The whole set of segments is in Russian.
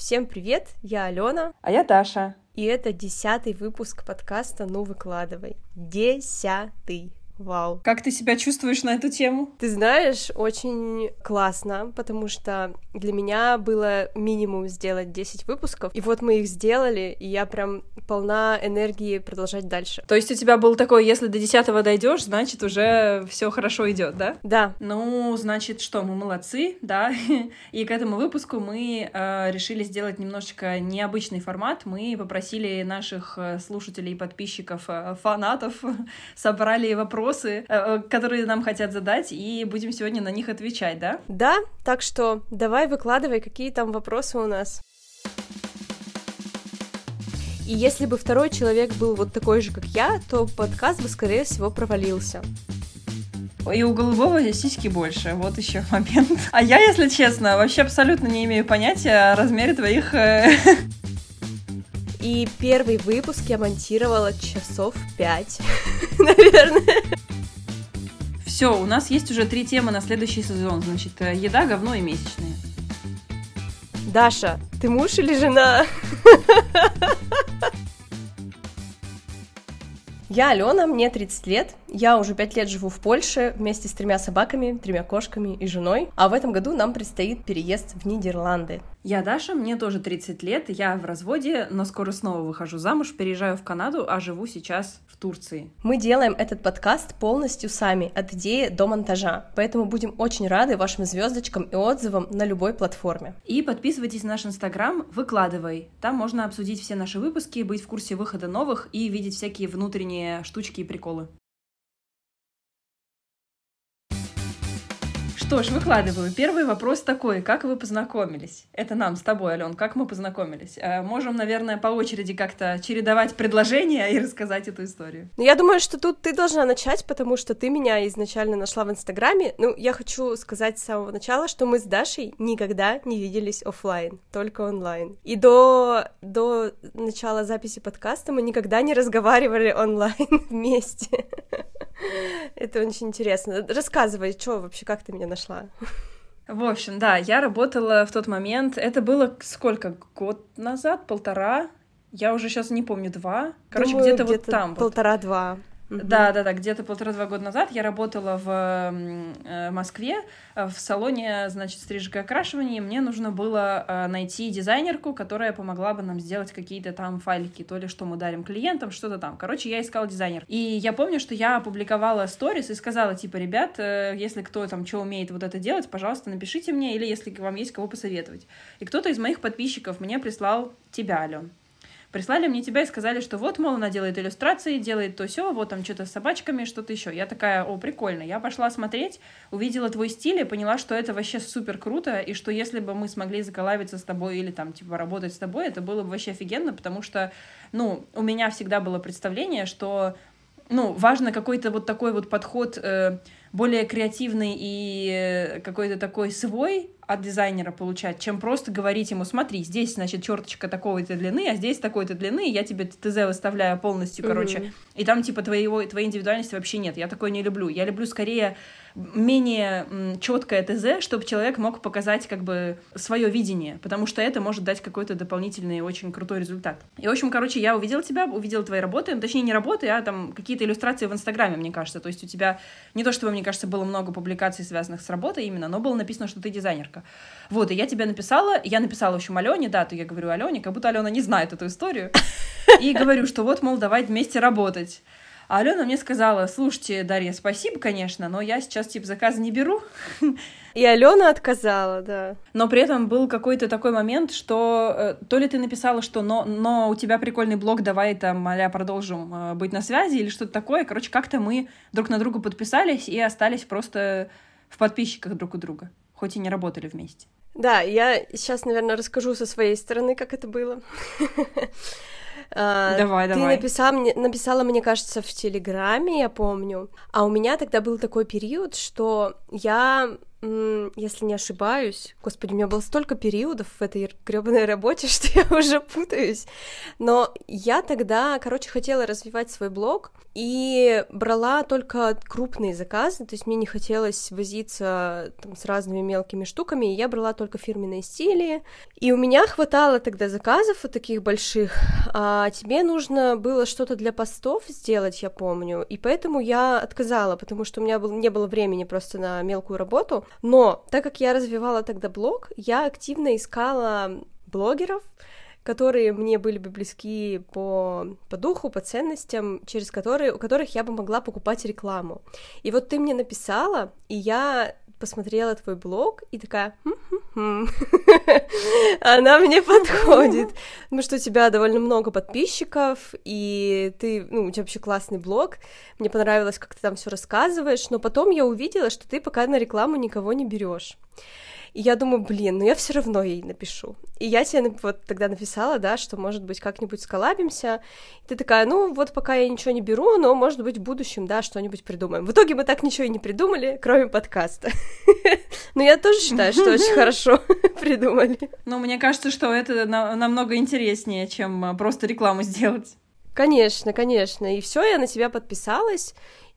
Всем привет, я Алена. А я Даша. И это 10-й выпуск подкаста «Ну, выкладывай». 10-й. Вау. Как ты себя чувствуешь на эту тему? Ты знаешь, очень классно, потому что для меня было минимум сделать 10 выпусков, и вот мы их сделали, и я прям полна энергии продолжать дальше. То есть у тебя был такой, если до 10-го дойдешь, значит, уже все хорошо идет, да? Да. Ну, значит, что, мы молодцы, да? И к этому выпуску мы решили сделать немножечко необычный формат. Мы попросили наших слушателей, подписчиков, фанатов, собрали вопросы, которые нам хотят задать, и будем сегодня на них отвечать, да? Да, так что давай выкладывай, какие там вопросы у нас. И если бы второй человек был вот такой же, как я, то подкаст бы, скорее всего, провалился. И у голубого сиськи больше, вот еще момент. А я, если честно, вообще абсолютно не имею понятия о размере твоих... И первый выпуск я монтировала часов 5, наверное. Все, у нас есть уже 3 темы на следующий сезон. Значит, еда, говно и месячные. Даша, ты муж или жена? Я Алена, мне 30 лет. Я уже 5 лет живу в Польше вместе с 3 собаками, 3 кошками и женой. А в этом году нам предстоит переезд в Нидерланды. Я Даша, мне тоже 30 лет, я в разводе, но скоро снова выхожу замуж, переезжаю в Канаду, а живу сейчас в Турции. Мы делаем этот подкаст полностью сами, от идеи до монтажа, поэтому будем очень рады вашим звездочкам и отзывам на любой платформе. И подписывайтесь на наш инстаграм «Выкладывай». Там можно обсудить все наши выпуски, быть в курсе выхода новых и видеть всякие внутренние штучки и приколы. Что ж, выкладываю. Первый вопрос такой. Как вы познакомились? Это нам с тобой, Ален. Как мы познакомились? Можем, наверное, по очереди как-то чередовать предложения и рассказать эту историю. Я думаю, что тут ты должна начать, потому что ты меня изначально нашла в Инстаграме. Ну, я хочу сказать с самого начала, что мы с Дашей никогда не виделись офлайн, только онлайн. И до начала записи подкаста мы никогда не разговаривали онлайн вместе. Это очень интересно. Рассказывай, что вообще, как ты меня нашла? В общем, да, я работала в тот момент, это было сколько, год назад, 1,5? Я уже сейчас не помню, 2. Короче, Думаю, где-то вот там. 1,5-2. Да, где-то 1,5-2 года назад я работала в Москве в салоне, значит, стрижек и окрашивания, и мне нужно было найти дизайнерку, которая помогла бы нам сделать какие-то там файлики, то ли что мы дарим клиентам, что-то там. Короче, я искала дизайнер. И я помню, что я опубликовала сторис и сказала, типа, ребят, если кто там что умеет вот это делать, пожалуйста, напишите мне, или если вам есть кого посоветовать. И кто-то из моих подписчиков мне прислал тебя, Ален. Прислали мне тебя и сказали, что вот, мол, она делает иллюстрации, делает то сё, вот там что-то с собачками, что-то еще. Я такая, о, прикольно. Я пошла смотреть, увидела твой стиль и поняла, что это вообще супер круто, и что если бы мы смогли заколабиться с тобой или там, типа, работать с тобой, это было бы вообще офигенно, потому что, ну, у меня всегда было представление, что, ну, важно какой-то вот такой вот подход более креативный и какой-то такой свой от дизайнера получать, чем просто говорить ему, смотри, здесь, значит, черточка такой-то длины, а здесь такой-то длины, я тебе ТЗ выставляю полностью, короче, и там, типа, твоей индивидуальности вообще нет. Я такое не люблю. Я люблю, скорее, менее четкое ТЗ, чтобы человек мог показать, как бы, свое видение, потому что это может дать какой-то дополнительный очень крутой результат. И, в общем, короче, я увидела тебя, увидела твои работы, ну, точнее, не работы, а там какие-то иллюстрации в Инстаграме, мне кажется. То есть у тебя не то чтобы, мне кажется, было много публикаций, связанных с работой именно, но было написано, что ты дизайнерка. Вот, и я тебе написала, я написала, в общем, Алене, да, то я говорю Алене, как будто Алена не знает эту историю, и говорю, что вот, мол, давай вместе работать. А Алена мне сказала, слушайте, Дарья, спасибо, конечно, но я сейчас, типа, заказы не беру. И Алена отказала, да. Но при этом был какой-то такой момент, что то ли ты написала, что но у тебя прикольный блог, давай там, а-ля, продолжим быть на связи или что-то такое. Короче, как-то мы друг на друга подписались и остались просто в подписчиках друг у друга, хоть и не работали вместе. Да, я сейчас, наверное, расскажу со своей стороны, как это было. Давай. Ты написала, мне кажется, в Телеграме, я помню. А у меня тогда был такой период, что я если не ошибаюсь, господи, у меня было столько периодов в этой грёбаной работе, что я уже путаюсь, но я тогда, хотела развивать свой блог и брала только крупные заказы, то есть мне не хотелось возиться там с разными мелкими штуками, и я брала только фирменные стили, и у меня хватало тогда заказов вот таких больших, а тебе нужно было что-то для постов сделать, я помню, и поэтому я отказала, потому что у меня не было времени просто на мелкую работу. Но так как я развивала тогда блог, я активно искала блогеров, которые мне были бы близки по духу, по ценностям, у которых я бы могла покупать рекламу. И вот ты мне написала, и я посмотрела твой блог и такая, она мне подходит, потому что у тебя довольно много подписчиков, и у тебя вообще классный блог, мне понравилось, как ты там все рассказываешь, но потом я увидела, что ты пока на рекламу никого не берешь. И я думаю, я все равно ей напишу. И я тебе вот тогда написала, да, что, может быть, как-нибудь сколлабимся. И ты такая, пока я ничего не беру, но, может быть, в будущем, да, что-нибудь придумаем. В итоге мы так ничего и не придумали, кроме подкаста. Но я тоже считаю, что очень хорошо придумали. Мне кажется, что это намного интереснее, чем просто рекламу сделать. Конечно, конечно. И все, я на тебя подписалась,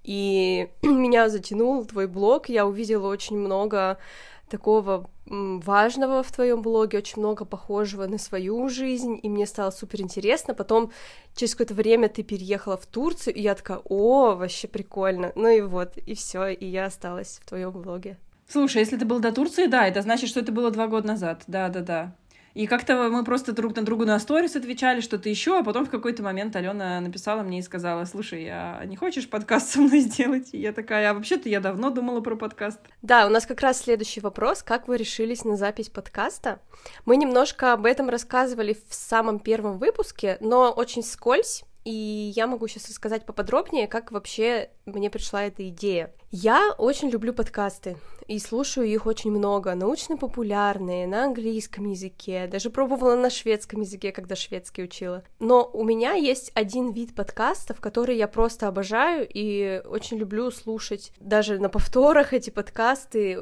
и меня затянул твой блог. Я увидела очень много такого важного в твоем блоге, очень много похожего на свою жизнь, и мне стало супер интересно. Потом через какое-то время ты переехала в Турцию, и я такая, вообще прикольно. И все, и я осталась в твоем блоге. Слушай, если ты был до Турции, да, это значит, что это было 2 года назад, да. И как-то мы просто друг на другу на сторис отвечали, что-то еще, а потом в какой-то момент Алена написала мне и сказала, слушай, а не хочешь подкаст со мной сделать? И я такая, а вообще-то я давно думала про подкаст. Да, у нас как раз следующий вопрос, как вы решились на запись подкаста? Мы немножко об этом рассказывали в самом первом выпуске, но очень вскользь, и я могу сейчас рассказать поподробнее, как вообще мне пришла эта идея. Я очень люблю подкасты, и слушаю их очень много, научно-популярные, на английском языке, даже пробовала на шведском языке, когда шведский учила. Но у меня есть один вид подкастов, который я просто обожаю и очень люблю слушать, даже на повторах эти подкасты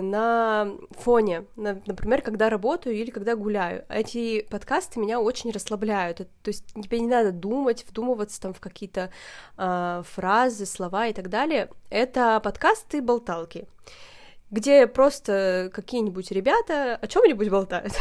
на фоне, например, когда работаю или когда гуляю. Эти подкасты меня очень расслабляют, то есть тебе не надо думать, вдумываться там в какие-то фразы, слова и так далее. Это подкасты-болталки, где просто какие-нибудь ребята о чем-нибудь болтают.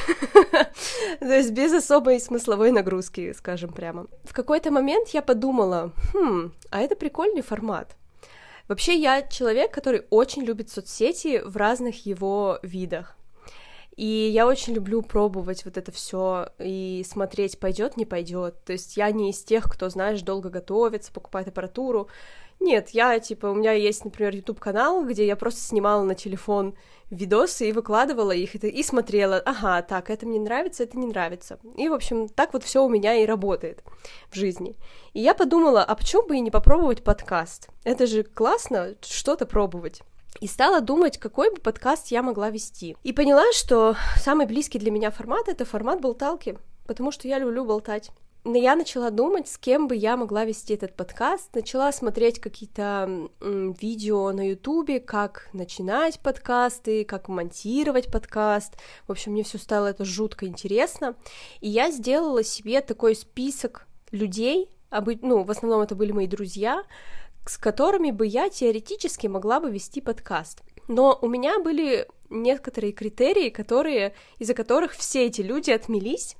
То есть без особой смысловой нагрузки, скажем прямо. В какой-то момент я подумала, а это прикольный формат. Вообще я человек, который очень любит соцсети в разных его видах. И я очень люблю пробовать вот это все и смотреть, пойдет, не пойдет. То есть я не из тех, кто, знаешь, долго готовится, покупает аппаратуру. Нет, у меня есть, например, YouTube-канал, где я просто снимала на телефон видосы и выкладывала их, и смотрела, ага, так, это мне нравится, это не нравится. И, в общем, так вот все у меня и работает в жизни. И я подумала, а почему бы и не попробовать подкаст? Это же классно что-то пробовать. И стала думать, какой бы подкаст я могла вести. И поняла, что самый близкий для меня формат — это формат болталки, потому что я люблю болтать. Но я начала думать, с кем бы я могла вести этот подкаст, начала смотреть какие-то видео на Ютубе, как начинать подкасты, как монтировать подкаст. В общем, мне все стало это жутко интересно. И я сделала себе такой список людей, в основном это были мои друзья, с которыми бы я теоретически могла бы вести подкаст. Но у меня были некоторые критерии, из-за которых все эти люди отмелись.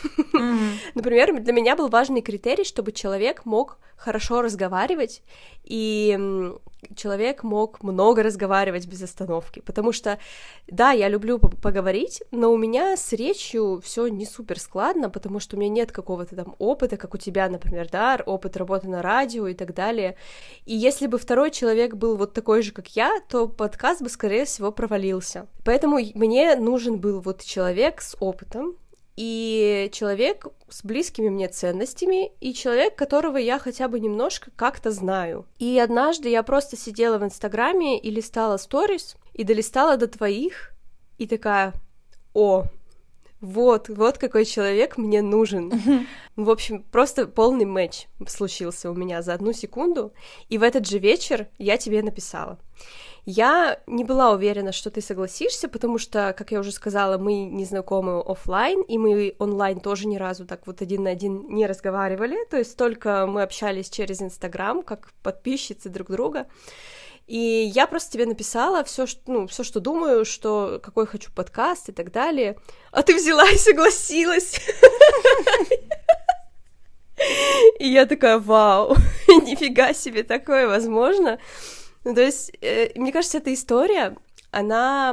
Например, для меня был важный критерий, чтобы человек мог хорошо разговаривать, и человек мог много разговаривать без остановки, потому что, да, я люблю поговорить, но у меня с речью все не супер складно, потому что у меня нет какого-то там опыта, как у тебя, например, да, опыт работы на радио и так далее, и если бы второй человек был вот такой же, как я, то подкаст бы, скорее всего, провалился. Поэтому мне нужен был вот человек с опытом, и человек с близкими мне ценностями, и человек, которого я хотя бы немножко как-то знаю. И однажды я просто сидела в Инстаграме и листала сторис, и долистала до твоих, и такая, вот какой человек мне нужен. В общем, просто полный матч случился у меня за 1 секунду, и в этот же вечер я тебе написала. Я не была уверена, что ты согласишься, потому что, как я уже сказала, мы не знакомы офлайн, и мы онлайн тоже ни разу так вот 1 на 1 не разговаривали, то есть только мы общались через Инстаграм, как подписчицы друг друга. И я просто тебе написала все, что думаю, что какой хочу подкаст и так далее. А ты взяла и согласилась. И я такая: вау, нифига себе, такое возможно. Ну, то есть, мне кажется, эта история, она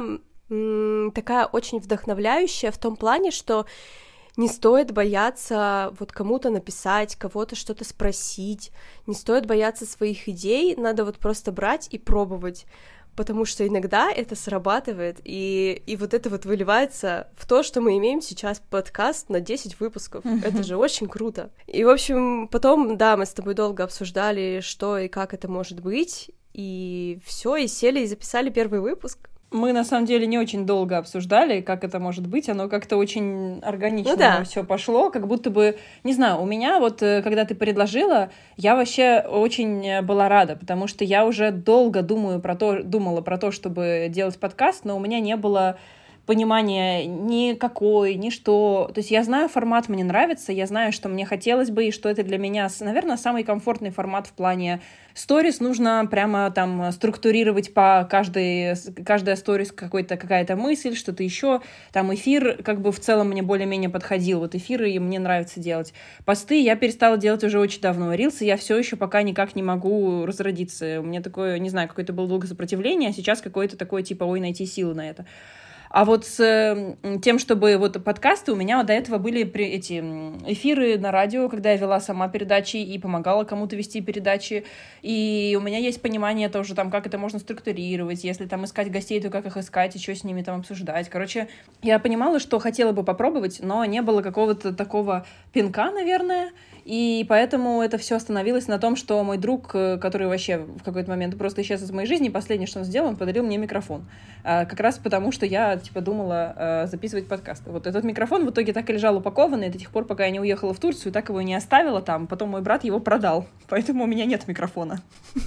такая очень вдохновляющая в том плане, что не стоит бояться вот кому-то написать, кого-то что-то спросить, не стоит бояться своих идей, надо вот просто брать и пробовать, потому что иногда это срабатывает, и вот это вот выливается в то, что мы имеем сейчас подкаст на 10 выпусков. Это же очень круто. И, в общем, потом, да, мы с тобой долго обсуждали, что и как это может быть, и все, и сели, и записали первый выпуск. Мы, на самом деле, не очень долго обсуждали, как это может быть. Оно как-то очень органично все пошло, как будто бы... Не знаю, у меня вот, когда ты предложила, я вообще очень была рада, потому что я уже долго думала про то, чтобы делать подкаст, но у меня не было понимания ни какой, ни что. То есть я знаю, формат мне нравится, я знаю, что мне хотелось бы, и что это для меня, наверное, самый комфортный формат в плане сторис. Нужно прямо там структурировать по каждая сторис какая-то мысль, что-то еще. Там эфир как бы в целом мне более-менее подходил. Вот эфиры мне нравится делать. Посты я перестала делать уже очень давно. Рилсы я все еще пока никак не могу разродиться. У меня такое, не знаю, какое-то было долгое сопротивление, а сейчас какое-то такое типа найти силы на это. А вот с тем, чтобы вот подкасты, у меня до этого были эти эфиры на радио, когда я вела сама передачи и помогала кому-то вести передачи. И у меня есть понимание тоже, там, как это можно структурировать, если там искать гостей, то как их искать, и что с ними там обсуждать. Короче, я понимала, что хотела бы попробовать, но не было какого-то такого пинка, наверное. И поэтому это все остановилось на том, что мой друг, который вообще в какой-то момент просто исчез из моей жизни, последнее, что он сделал, он подарил мне микрофон. Как раз потому, что я, думала записывать подкасты. Вот этот микрофон в итоге так и лежал упакованный до тех пор, пока я не уехала в Турцию, так его и не оставила там. Потом мой брат его продал. Поэтому у меня нет микрофона.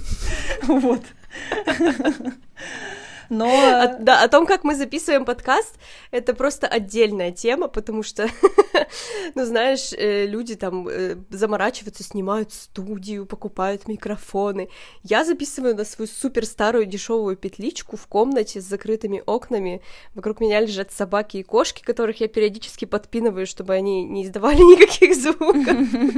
Вот. Но... Да, о том, как мы записываем подкаст, это просто отдельная тема, потому что, ну, знаешь, люди там заморачиваются, снимают студию, покупают микрофоны. Я записываю на свою супер старую дешевую петличку в комнате с закрытыми окнами. Вокруг меня лежат собаки и кошки, которых я периодически подпинываю, чтобы они не издавали никаких звуков.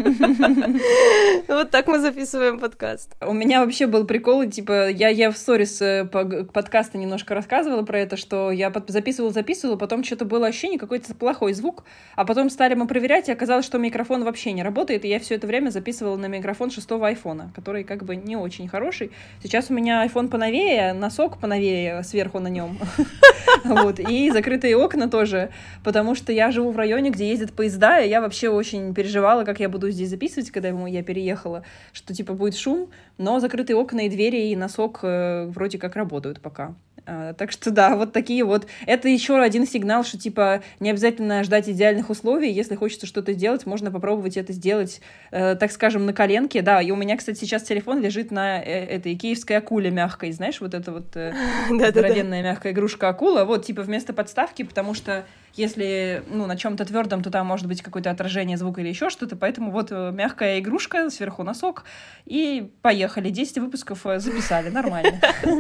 Вот так мы записываем подкаст. У меня вообще был прикол, типа, я в сторис подкаста немножко рассказывала про это, что я записывала, потом что-то было ощущение, какой-то плохой звук, а потом стали мы проверять, и оказалось, что микрофон вообще не работает, и я все это время записывала на микрофон 6-го айфона, который как бы не очень хороший. Сейчас у меня айфон поновее, носок поновее сверху на нем, вот, и закрытые окна тоже, потому что я живу в районе, где ездят поезда, и я вообще очень переживала, как я буду здесь записывать, когда я переехала, что типа будет шум, но закрытые окна и двери, и носок вроде как работают пока. Так что да, вот такие вот. Это еще один сигнал, что типа не обязательно ждать идеальных условий. Если хочется что-то сделать, можно попробовать это сделать, так скажем, на коленке. Да, и у меня, кстати, сейчас телефон лежит на этой киевской акуле мягкой. Знаешь, вот эта вот здоровенная мягкая игрушка акула. Вот, типа вместо подставки, потому что если, на чем-то твердом, то там может быть какое-то отражение звука или еще что-то. Поэтому вот мягкая игрушка, сверху носок. И поехали. 10 выпусков записали. Нормально.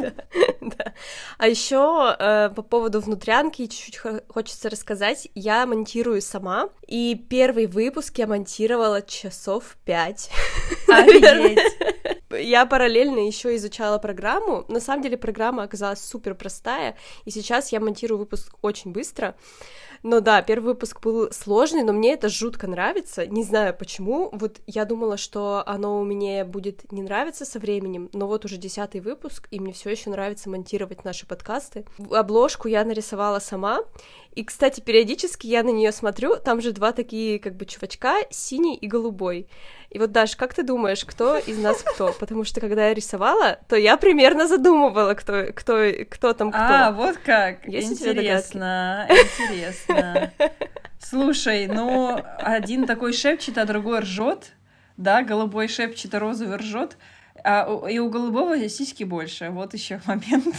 А еще по поводу внутрянки чуть-чуть хочется рассказать. Я монтирую сама, и первый выпуск я монтировала часов 5. Офигеть! Я параллельно еще изучала программу. На самом деле программа оказалась супер простая, и сейчас я монтирую выпуск очень быстро. Но да, первый выпуск был сложный, но мне это жутко нравится. Не знаю почему. Вот я думала, что оно у меня будет не нравиться со временем, но вот уже 10-й выпуск, и мне все еще нравится монтировать наши подкасты. Обложку я нарисовала сама. И, кстати, периодически я на нее смотрю, там же 2 такие как бы чувачка, синий и голубой. И вот, Даш, как ты думаешь, кто из нас кто? Потому что, когда я рисовала, то я примерно задумывала, кто там кто. А, вот как! Интересно. Слушай, ну, один такой шепчет, а другой ржет. Да, голубой шепчет, а розовый ржет. И у голубого сиськи больше. Вот еще момент.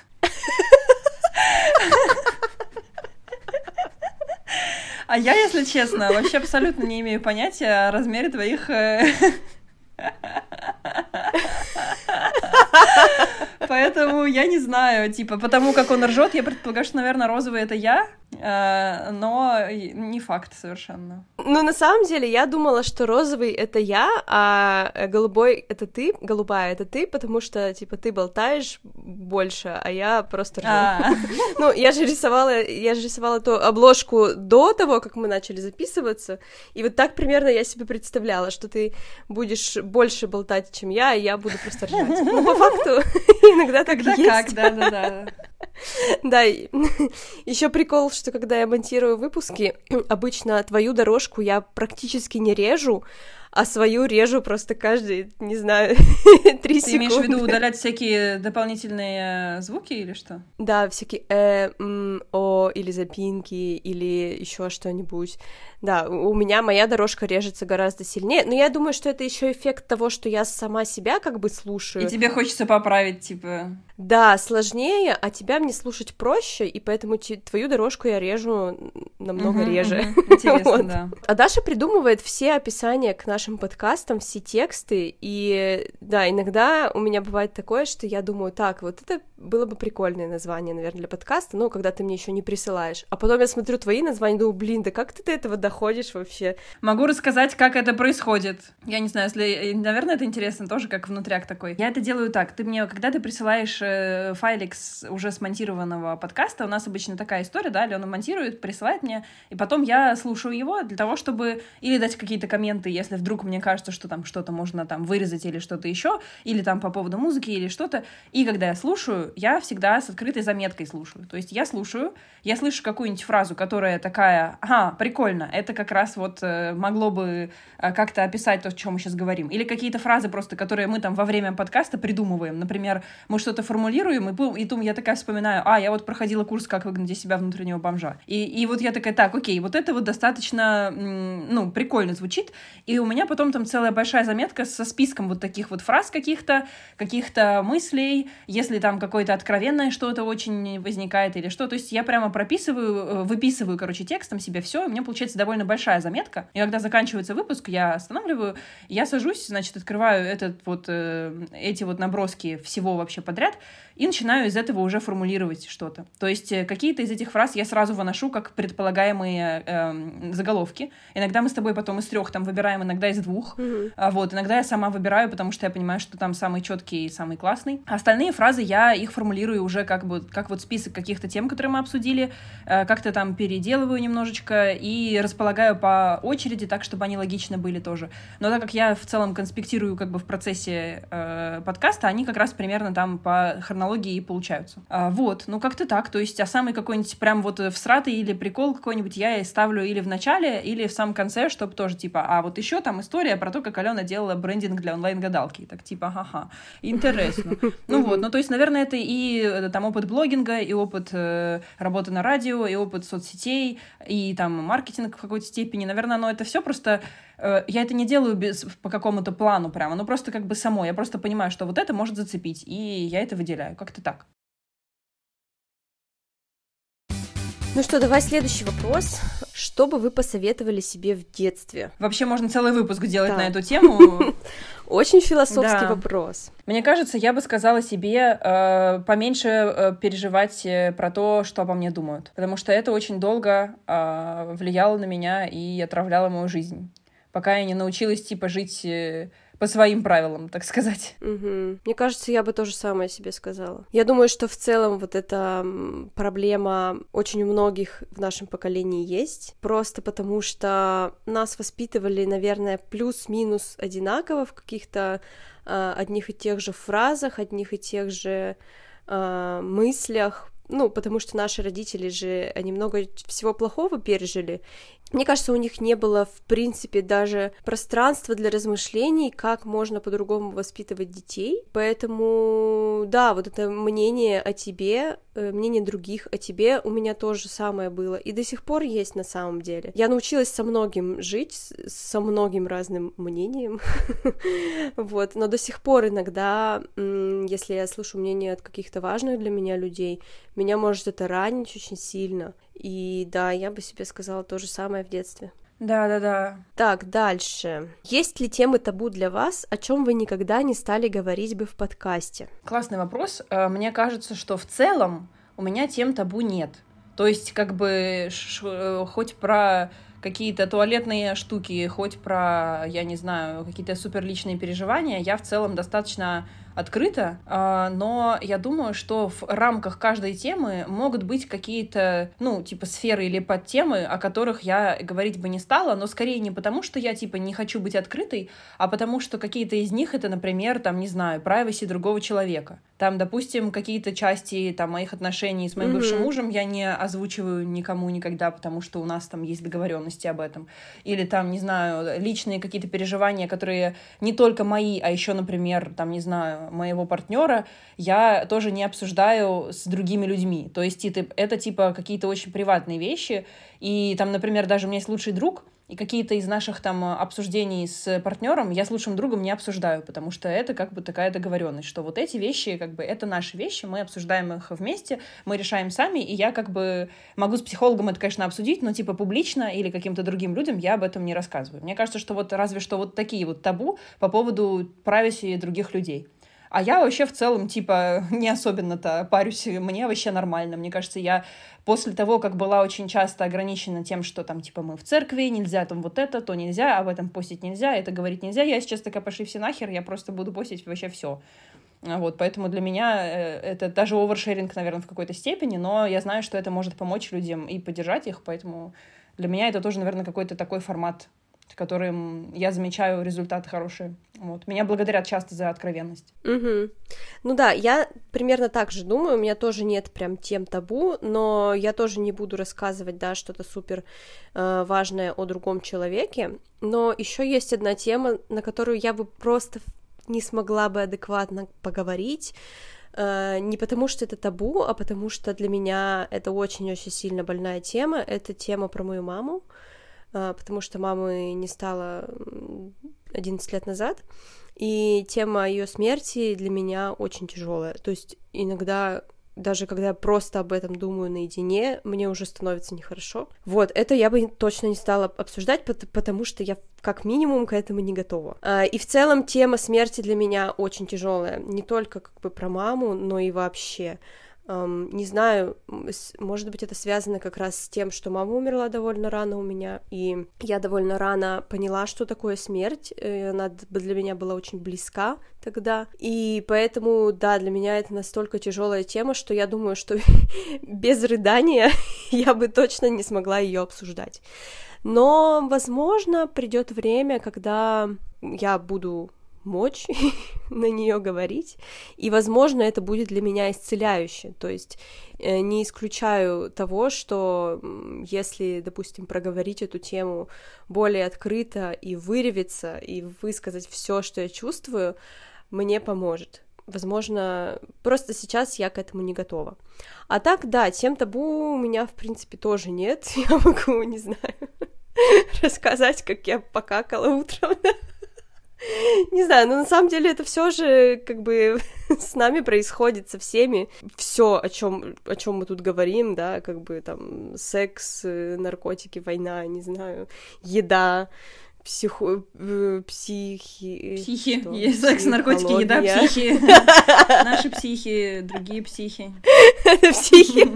А я, если честно, вообще абсолютно не имею понятия о размере твоих... Поэтому я не знаю, типа, потому как он ржет, я предполагаю, что, наверное, розовый — это я, но не факт совершенно. Ну, на самом деле, я думала, что розовый — это я, а голубой — это ты, голубая — это ты, потому что, типа, ты болтаешь больше, а я просто ржу. Ну, я же рисовала ту обложку до того, как мы начали записываться, и вот так примерно я себе представляла, что ты будешь больше болтать, чем я, и я буду просто ржать. Ну, по факту, иногда так и есть. Как, да-да-да. Да, еще прикол, что когда я монтирую выпуски, обычно твою дорожку я практически не режу, а свою режу просто каждые, не знаю, 3 секунды. Ты имеешь в виду удалять всякие дополнительные звуки или что? Да, всякие о, или запинки, или еще что-нибудь. Да, у меня моя дорожка режется гораздо сильнее, но я думаю, что это еще эффект того, что я сама себя как бы слушаю. И тебе хочется поправить, типа... Да, сложнее, а тебя мне слушать проще, и поэтому твою дорожку я режу намного реже. Интересно, вот. Да. А Даша придумывает все описания к нашим подкастам, все тексты, и да, иногда у меня бывает такое, что я думаю, так, вот это было бы прикольное название, наверное, для подкаста, ну, когда ты мне еще не присылаешь. А потом я смотрю твои названия, думаю, блин, да как ты до этого доходишь вообще? Могу рассказать, как это происходит. Я не знаю, если... Наверное, это интересно тоже, как внутряк такой. Я это делаю так. Ты мне, когда ты присылаешь файлик уже смонтированного подкаста, у нас обычно такая история, да, Алена монтирует, присылает мне, и потом я слушаю его для того, чтобы или дать какие-то комменты, если вдруг мне кажется, что там что-то можно там вырезать или что-то еще, или там по поводу музыки или что-то. И когда я слушаю, я всегда с открытой заметкой слушаю. То есть я слушаю, я слышу какую-нибудь фразу, которая такая, ага, прикольно, это как раз вот могло бы как-то описать то, о чем мы сейчас говорим. Или какие-то фразы просто, которые мы там во время подкаста придумываем. Например, мы что-то формулируем, и тут я такая вспоминаю, я вот проходила курс «Как выгнать из себя внутреннего бомжа». И вот я такая, так, окей, вот это вот достаточно, ну, прикольно звучит. И у меня потом там целая большая заметка со списком вот таких вот фраз каких-то мыслей, если там какое-то откровенное что-то очень возникает или что. То есть я прямо выписываю, короче, текстом себе все, и у меня получается довольно большая заметка. И когда заканчивается выпуск, я останавливаю, я сажусь, значит, открываю эти вот наброски всего вообще подряд и начинаю из этого уже формулировать что-то. То есть какие-то из этих фраз я сразу выношу как предполагаемые заголовки. Иногда мы с тобой потом из 3 там выбираем, иногда из 2. Вот, иногда я сама выбираю, потому что я понимаю, что там самый четкий и самый классный. Остальные фразы я их формулирую уже как вот список каких-то тем, которые мы обсудили, как-то там переделываю немножечко и располагаю по очереди так, чтобы они логично были тоже. Но так как я в целом конспектирую как бы в процессе подкаста, они как раз примерно там по хронологии и получаются. Вот, ну как-то так. То есть, самый какой-нибудь прям вот всратый или прикол какой-нибудь я ставлю или в начале, или в самом конце, чтобы тоже типа, вот еще там история про то, как Алена делала брендинг для онлайн-гадалки. Так типа, ага, интересно. Ну вот, ну то есть, наверное, это и там опыт блогинга, и опыт работы на радио, и опыт соцсетей, и там маркетинг в какой-то степени. Наверное, это все просто... Я это не делаю по какому-то плану прямо, просто как бы само. Я просто понимаю, что вот это может зацепить, и я это выделяю. Как-то так. Ну что, давай следующий вопрос. Что бы вы посооветовали себе в детстве? Вообще можно целый выпуск делать на эту тему. Очень философский вопрос. Мне кажется, я бы сказала себе поменьше переживать про то, что обо мне думают. Потому что это очень долго влияло на меня и отравляло мою жизнь. Пока я не научилась, типа, жить по своим правилам, так сказать. Угу. Мне кажется, я бы то же самое себе сказала. Я думаю, что в целом вот эта проблема очень у многих в нашем поколении есть, просто потому что нас воспитывали, наверное, плюс-минус одинаково в каких-то одних и тех же фразах, одних и тех же мыслях. Ну, потому что наши родители же, они много всего плохого пережили, Мне кажется, у них не было, в принципе, даже пространства для размышлений, как можно по-другому воспитывать детей. Поэтому, да, вот это мнение о тебе, мнение других о тебе у меня тоже самое было. И до сих пор есть на самом деле. Я научилась со многим жить, со многим разным мнением. Вот. Но до сих пор иногда, если я слышу мнение от каких-то важных для меня людей, меня может это ранить очень сильно. И да, я бы себе сказала то же самое в детстве. Да. Так, дальше. Есть ли темы табу для вас, о чем вы никогда не стали говорить бы в подкасте? Классный вопрос. Мне кажется, что в целом у меня тем табу нет. То есть, как бы, хоть про какие-то туалетные штуки, хоть про, я не знаю, какие-то суперличные переживания, я в целом достаточно открыто, но я думаю, что в рамках каждой темы могут быть какие-то, ну, типа, сферы или подтемы, о которых я говорить бы не стала, но скорее не потому, что я, типа, не хочу быть открытой, а потому что какие-то из них это, например, там, не знаю, privacy другого человека. Там, допустим, какие-то части там моих отношений с моим бывшим мужем я не озвучиваю никому никогда, потому что у нас там есть договоренности об этом. Или там, не знаю, личные какие-то переживания, которые не только мои, а еще, например, там, не знаю, моего партнера, я тоже не обсуждаю с другими людьми. То есть это типа какие-то очень приватные вещи. И там, например, даже у меня есть лучший друг, и какие-то из наших там обсуждений с партнером я с лучшим другом не обсуждаю, потому что это как бы такая договоренность, что вот эти вещи, как бы, это наши вещи, мы обсуждаем их вместе, мы решаем сами, и я как бы могу с психологом это, конечно, обсудить, но типа публично или каким-то другим людям я об этом не рассказываю. Мне кажется, что вот разве что вот такие вот табу по поводу privacy других людей. А я вообще в целом, типа, не особенно-то парюсь, мне вообще нормально. Мне кажется, я после того, как была очень часто ограничена тем, что там, типа, мы в церкви, нельзя там вот это, то нельзя, об этом постить нельзя, это говорить нельзя, я сейчас такая, пошли все нахер, я просто буду постить вообще все. Вот, поэтому для меня это даже овершеринг, наверное, в какой-то степени, но я знаю, что это может помочь людям и поддержать их, поэтому для меня это тоже, наверное, какой-то такой формат, в котором я замечаю результаты хорошие. Вот. Меня благодарят часто за откровенность. Угу. Ну да, я примерно так же думаю, у меня тоже нет прям тем табу, но я тоже не буду рассказывать, да, что-то супер важное о другом человеке, но еще есть одна тема, на которую я бы просто не смогла бы адекватно поговорить, не потому что это табу, а потому что для меня это очень-очень сильно больная тема, это тема про мою маму, потому что мамы не стало 11 лет назад, и тема ее смерти для меня очень тяжелая. То есть иногда, даже когда я просто об этом думаю наедине, мне уже становится нехорошо. Вот, это я бы точно не стала обсуждать, потому что я как минимум к этому не готова. И в целом тема смерти для меня очень тяжелая, не только как бы про маму, но и вообще. Не знаю, может быть, это связано как раз с тем, что мама умерла довольно рано у меня, и я довольно рано поняла, что такое смерть, она для меня была очень близка тогда, и поэтому, да, для меня это настолько тяжелая тема, что я думаю, что без рыдания я бы точно не смогла ее обсуждать. Но, возможно, придет время, когда я буду мочь на нее говорить, и, возможно, это будет для меня исцеляюще, то есть не исключаю того, что если, допустим, проговорить эту тему более открыто и выреветься, и высказать все, что я чувствую, мне поможет. Возможно, просто сейчас я к этому не готова. А так, да, тем табу у меня, в принципе, тоже нет, я могу, не знаю, рассказать, как я покакала утром. Не знаю, но на самом деле это все же как бы с нами происходит, со всеми. Все, о чем мы тут говорим, да, как бы там секс, наркотики, война, не знаю, еда, психи... Есть секс, наркотики, еда, психи. Наши психи, другие психи. Психи.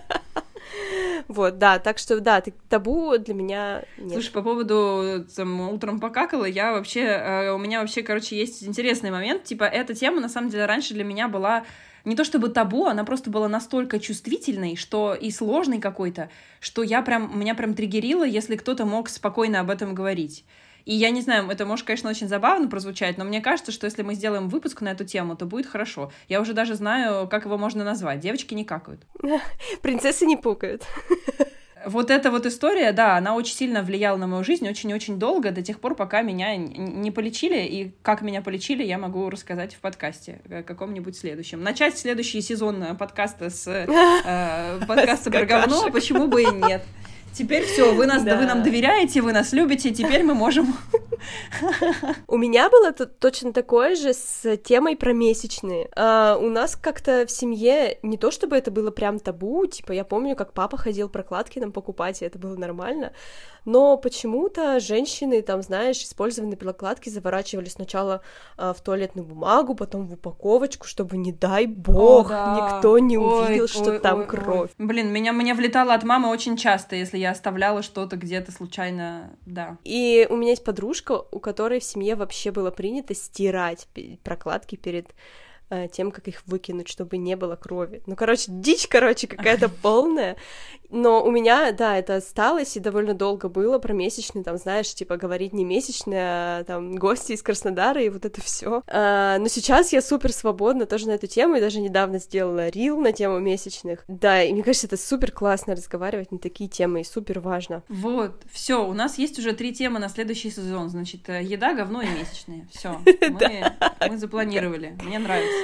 Вот, да, так что, да, табу для меня нет. Слушай, по поводу там, утром покакала, я вообще, у меня вообще, короче, есть интересный момент, типа, эта тема, на самом деле, раньше для меня была не то чтобы табу, она просто была настолько чувствительной, что и сложной какой-то, что меня прям триггерило, если кто-то мог спокойно об этом говорить. И я не знаю, это может, конечно, очень забавно прозвучать, но мне кажется, что если мы сделаем выпуск на эту тему, то будет хорошо. Я уже даже знаю, как его можно назвать. Девочки не какают. Принцессы не пукают. Вот эта вот история, да, она очень сильно влияла на мою жизнь очень-очень долго, до тех пор, пока меня не полечили, и как меня полечили, я могу рассказать в подкасте каком-нибудь следующем. Начать следующий сезон подкаста с подкаста про говно, почему бы и нет. Теперь все, вы нам доверяете, вы нас любите, теперь мы можем... У меня было точно такое же с темой про месячные. У нас как-то в семье не то чтобы это было прям табу, типа я помню, как папа ходил прокладки нам покупать, и это было нормально, но почему-то женщины, там, знаешь, использованные прокладки заворачивали сначала в туалетную бумагу, потом в упаковочку, чтобы, не дай бог, никто не увидел, что там кровь. Блин, меня влетало от мамы очень часто, если я оставляла что-то где-то случайно, да. И у меня есть подружка, у которой в семье вообще было принято стирать прокладки перед тем, как их выкинуть, чтобы не было крови. Ну, дичь, какая-то полная. Но у меня, да, это осталось, и довольно долго было про месячные, там, знаешь, типа, говорить не месячные, а там, гости из Краснодара, и вот это все. Но сейчас я супер свободна тоже на эту тему, и даже недавно сделала рил на тему месячных. Да, и мне кажется, это супер классно разговаривать на такие темы, и супер важно. Вот, все, у нас есть уже 3 темы на следующий сезон, значит, еда, говно и месячные. Все, мы запланировали, мне нравится.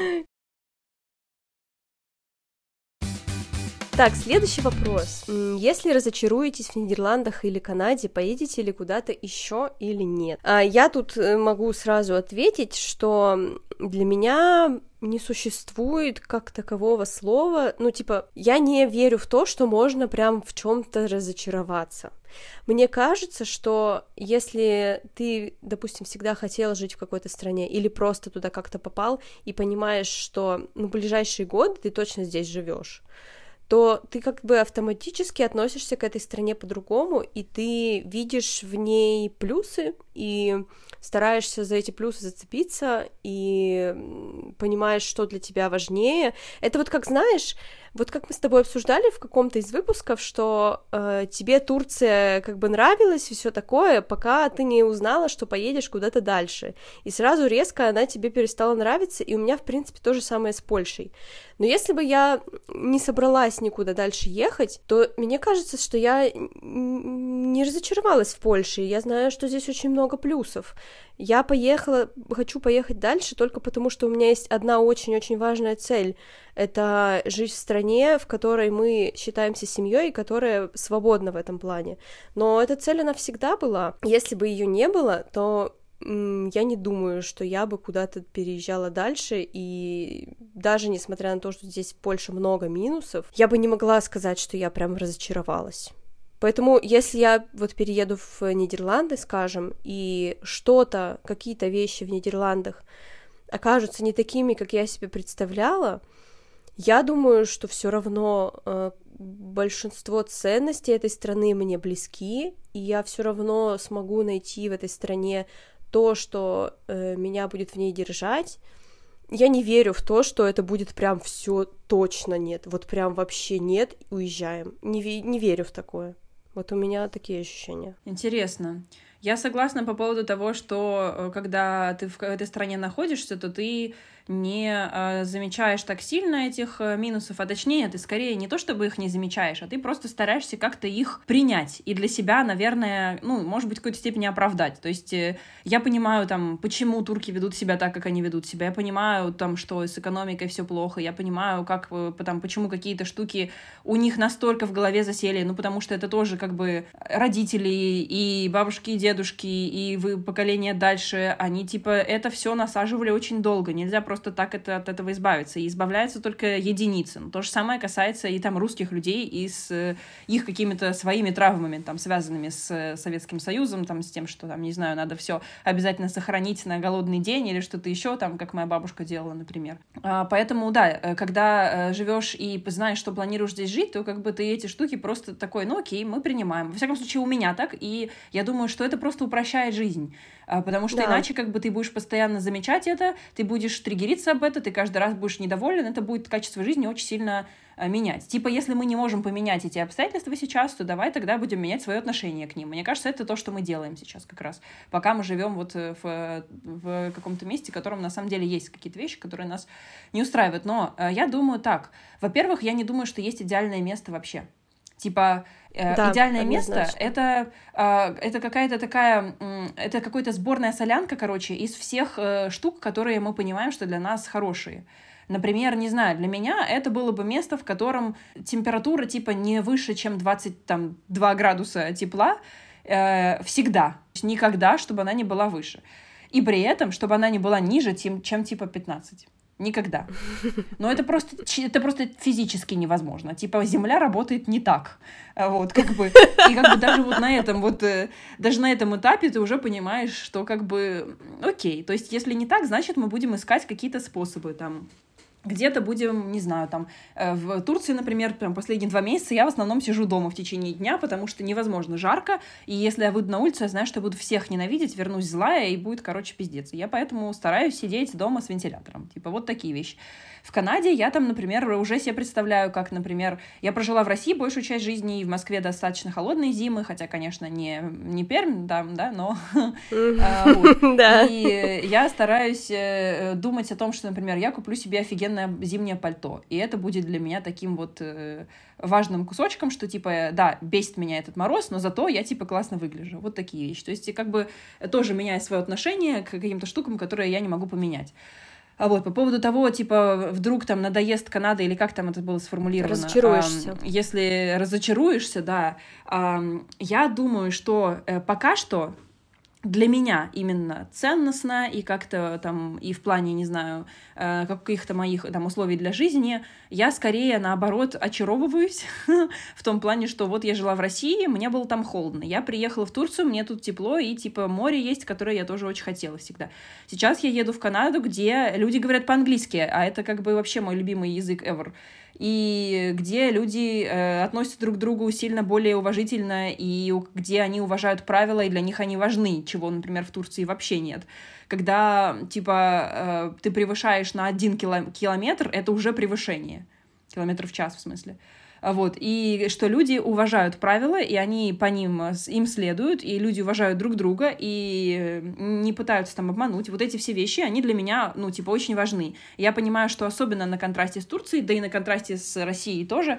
Так, следующий вопрос. Если разочаруетесь в Нидерландах или Канаде, поедете ли куда-то еще или нет? Я тут могу сразу ответить, что для меня не существует как такового слова, ну, типа, я не верю в то, что можно прям в чем-то разочароваться. Мне кажется, что если ты, допустим, всегда хотел жить в какой-то стране или просто туда как-то попал и понимаешь, что, ну, в ближайшие годы ты точно здесь живешь, то ты как бы автоматически относишься к этой стране по-другому, и ты видишь в ней плюсы, и стараешься за эти плюсы зацепиться, и понимаешь, что для тебя важнее. Это вот как, знаешь, вот как мы с тобой обсуждали в каком-то из выпусков, что тебе Турция как бы нравилась и все такое, пока ты не узнала, что поедешь куда-то дальше. И сразу резко она тебе перестала нравиться, и у меня, в принципе, то же самое с Польшей. Но если бы я не собралась никуда дальше ехать, то мне кажется, что я не разочаровалась в Польше. Я знаю, что здесь очень много плюсов. Я хочу поехать дальше только потому, что у меня есть одна очень-очень важная цель. Это жить в стране, в которой мы считаемся семьей, которая свободна в этом плане. Но эта цель, она всегда была. Если бы ее не было, то я не думаю, что я бы куда-то переезжала дальше, и даже несмотря на то, что здесь в Польше много минусов, я бы не могла сказать, что я прям разочаровалась. Поэтому, если я вот перееду в Нидерланды, скажем, и какие-то вещи в Нидерландах окажутся не такими, как я себе представляла, я думаю, что все равно большинство ценностей этой страны мне близки, и я все равно смогу найти в этой стране то, что меня будет в ней держать. Я не верю в то, что это будет прям все точно нет, вот прям вообще нет, уезжаем. Не верю в такое. Вот у меня такие ощущения. Интересно. Я согласна по поводу того, что когда ты в этой стране находишься, то ты не замечаешь так сильно этих минусов, а точнее, ты скорее не то чтобы их не замечаешь, а ты просто стараешься как-то их принять и для себя, наверное, ну, может быть, в какой-то степени оправдать. То есть я понимаю, там, почему турки ведут себя так, как они ведут себя, я понимаю, там, что с экономикой все плохо, я понимаю, почему какие-то штуки у них настолько в голове засели, ну, потому что это тоже как бы родители и бабушки, и дедушки, и вы поколение дальше, они, типа, это все насаживали очень долго, нельзя просто так от этого избавиться, и избавляются только единицы. Но то же самое касается и там русских людей, и с их какими-то своими травмами, там, связанными с Советским Союзом, там, с тем, что, там, не знаю, надо все обязательно сохранить на голодный день или что-то еще, там, как моя бабушка делала, например. Поэтому, да, когда живешь и знаешь, что планируешь здесь жить, то как бы ты эти штуки просто такой, ну окей, мы принимаем. Во всяком случае, у меня так, и я думаю, что это просто упрощает жизнь. Потому что иначе как бы ты будешь постоянно замечать это, ты будешь триггериться об этом, ты каждый раз будешь недоволен, это будет качество жизни очень сильно менять. Типа, если мы не можем поменять эти обстоятельства сейчас, то давай тогда будем менять свое отношение к ним. Мне кажется, это то, что мы делаем сейчас как раз, пока мы живем вот в каком-то месте, в котором на самом деле есть какие-то вещи, которые нас не устраивают. Но я думаю так. Во-первых, я не думаю, что есть идеальное место вообще. Типа, Да, идеальное место однозначно. это какая-то такая, это какая-то сборная солянка, короче, из всех штук, которые мы понимаем, что для нас хорошие. Например, не знаю, для меня это было бы место, в котором температура типа не выше, чем 22 градуса тепла всегда. То есть никогда, чтобы она не была выше. И при этом, чтобы она не была ниже, чем типа 15. Никогда. Но это просто физически невозможно. Типа Земля работает не так. Вот, как бы. И как бы даже вот на этом даже на этом этапе ты уже понимаешь, что как бы окей. То есть если не так, значит мы будем искать какие-то способы там. Где-то будем, не знаю, там, в Турции, например, прям последние 2 месяца я в основном сижу дома в течение дня, потому что невозможно жарко, и если я выйду на улицу, я знаю, что я буду всех ненавидеть, вернусь злая, и будет, короче, пиздец. Я поэтому стараюсь сидеть дома с вентилятором. Типа вот такие вещи. В Канаде я там, например, уже себе представляю, как, например, я прожила в России большую часть жизни, и в Москве достаточно холодные зимы, хотя, конечно, не Пермь, да, но... И я стараюсь думать о том, что, например, я куплю себе офигенное зимнее пальто, и это будет для меня таким вот важным кусочком, что, типа, да, бесит меня этот мороз, но зато я, типа, классно выгляжу. Вот такие вещи. То есть, как бы, тоже меняю свое отношение к каким-то штукам, которые я не могу поменять. А вот, по поводу того, типа, вдруг там надоест Канада, или как там это было сформулировано. Разочаруешься. Если разочаруешься, да. Я думаю, что пока что для меня именно ценностно и как-то там, и в плане, не знаю, каких-то моих там условий для жизни, я скорее, наоборот, очаровываюсь в том плане, что вот я жила в России, мне было там холодно. Я приехала в Турцию, мне тут тепло, и типа море есть, которое я тоже очень хотела всегда. Сейчас я еду в Канаду, где люди говорят по-английски, а это как бы вообще мой любимый язык ever. И где люди относятся друг к другу сильно более уважительно, и где они уважают правила, и для них они важны, чего, например, в Турции вообще нет. Когда, типа, ты превышаешь на 1 километр, это уже превышение. Километр в час, в смысле. Вот, и что люди уважают правила, и они по им следуют, и люди уважают друг друга, и не пытаются там обмануть. Вот эти все вещи, они для меня, ну, типа, очень важны. Я понимаю, что особенно на контрасте с Турцией, да и на контрасте с Россией тоже,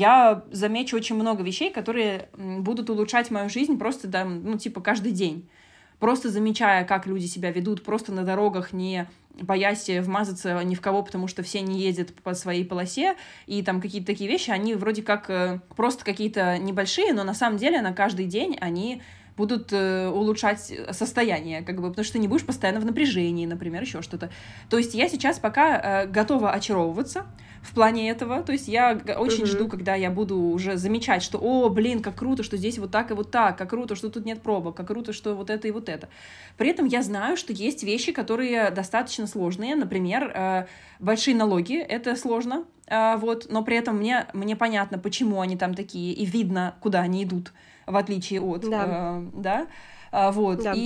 я замечу очень много вещей, которые будут улучшать мою жизнь просто, да, ну, типа, каждый день. Просто замечая, как люди себя ведут, просто на дорогах, не боясь вмазаться ни в кого, потому что все не ездят по своей полосе, и там какие-то такие вещи, они вроде как просто какие-то небольшие, но на самом деле на каждый день они будут улучшать состояние, как бы, потому что ты не будешь постоянно в напряжении, например, еще что-то. То есть я сейчас пока готова очаровываться в плане этого, то есть я очень жду, когда я буду уже замечать, что, о, блин, как круто, что здесь вот так и вот так, как круто, что тут нет пробок, как круто, что вот это и вот это. При этом я знаю, что есть вещи, которые достаточно сложные, например, большие налоги, это сложно, вот, но при этом мне понятно, почему они там такие, и видно, куда они идут, в отличие от, да. Вот. Да. И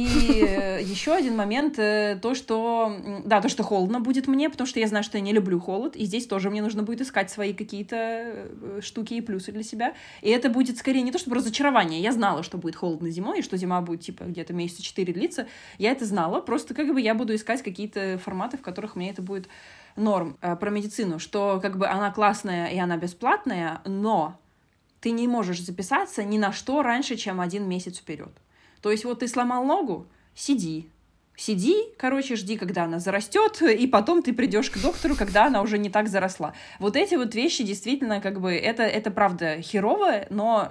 еще один момент, то, что холодно будет мне, потому что я знаю, что я не люблю холод, и здесь тоже мне нужно будет искать свои какие-то штуки и плюсы для себя. И это будет скорее не то, чтобы разочарование. Я знала, что будет холодно зимой, и что зима будет, типа, где-то месяца 4 длиться. Я это знала, просто как бы я буду искать какие-то форматы, в которых мне это будет норм. Про медицину, что как бы она классная и она бесплатная, но ты не можешь записаться ни на что раньше, чем 1 месяц вперед. То есть вот ты сломал ногу, сиди, короче, жди, когда она зарастет, и потом ты придешь к доктору, когда она уже не так заросла. Вот эти вот вещи действительно, как бы, это правда херово, но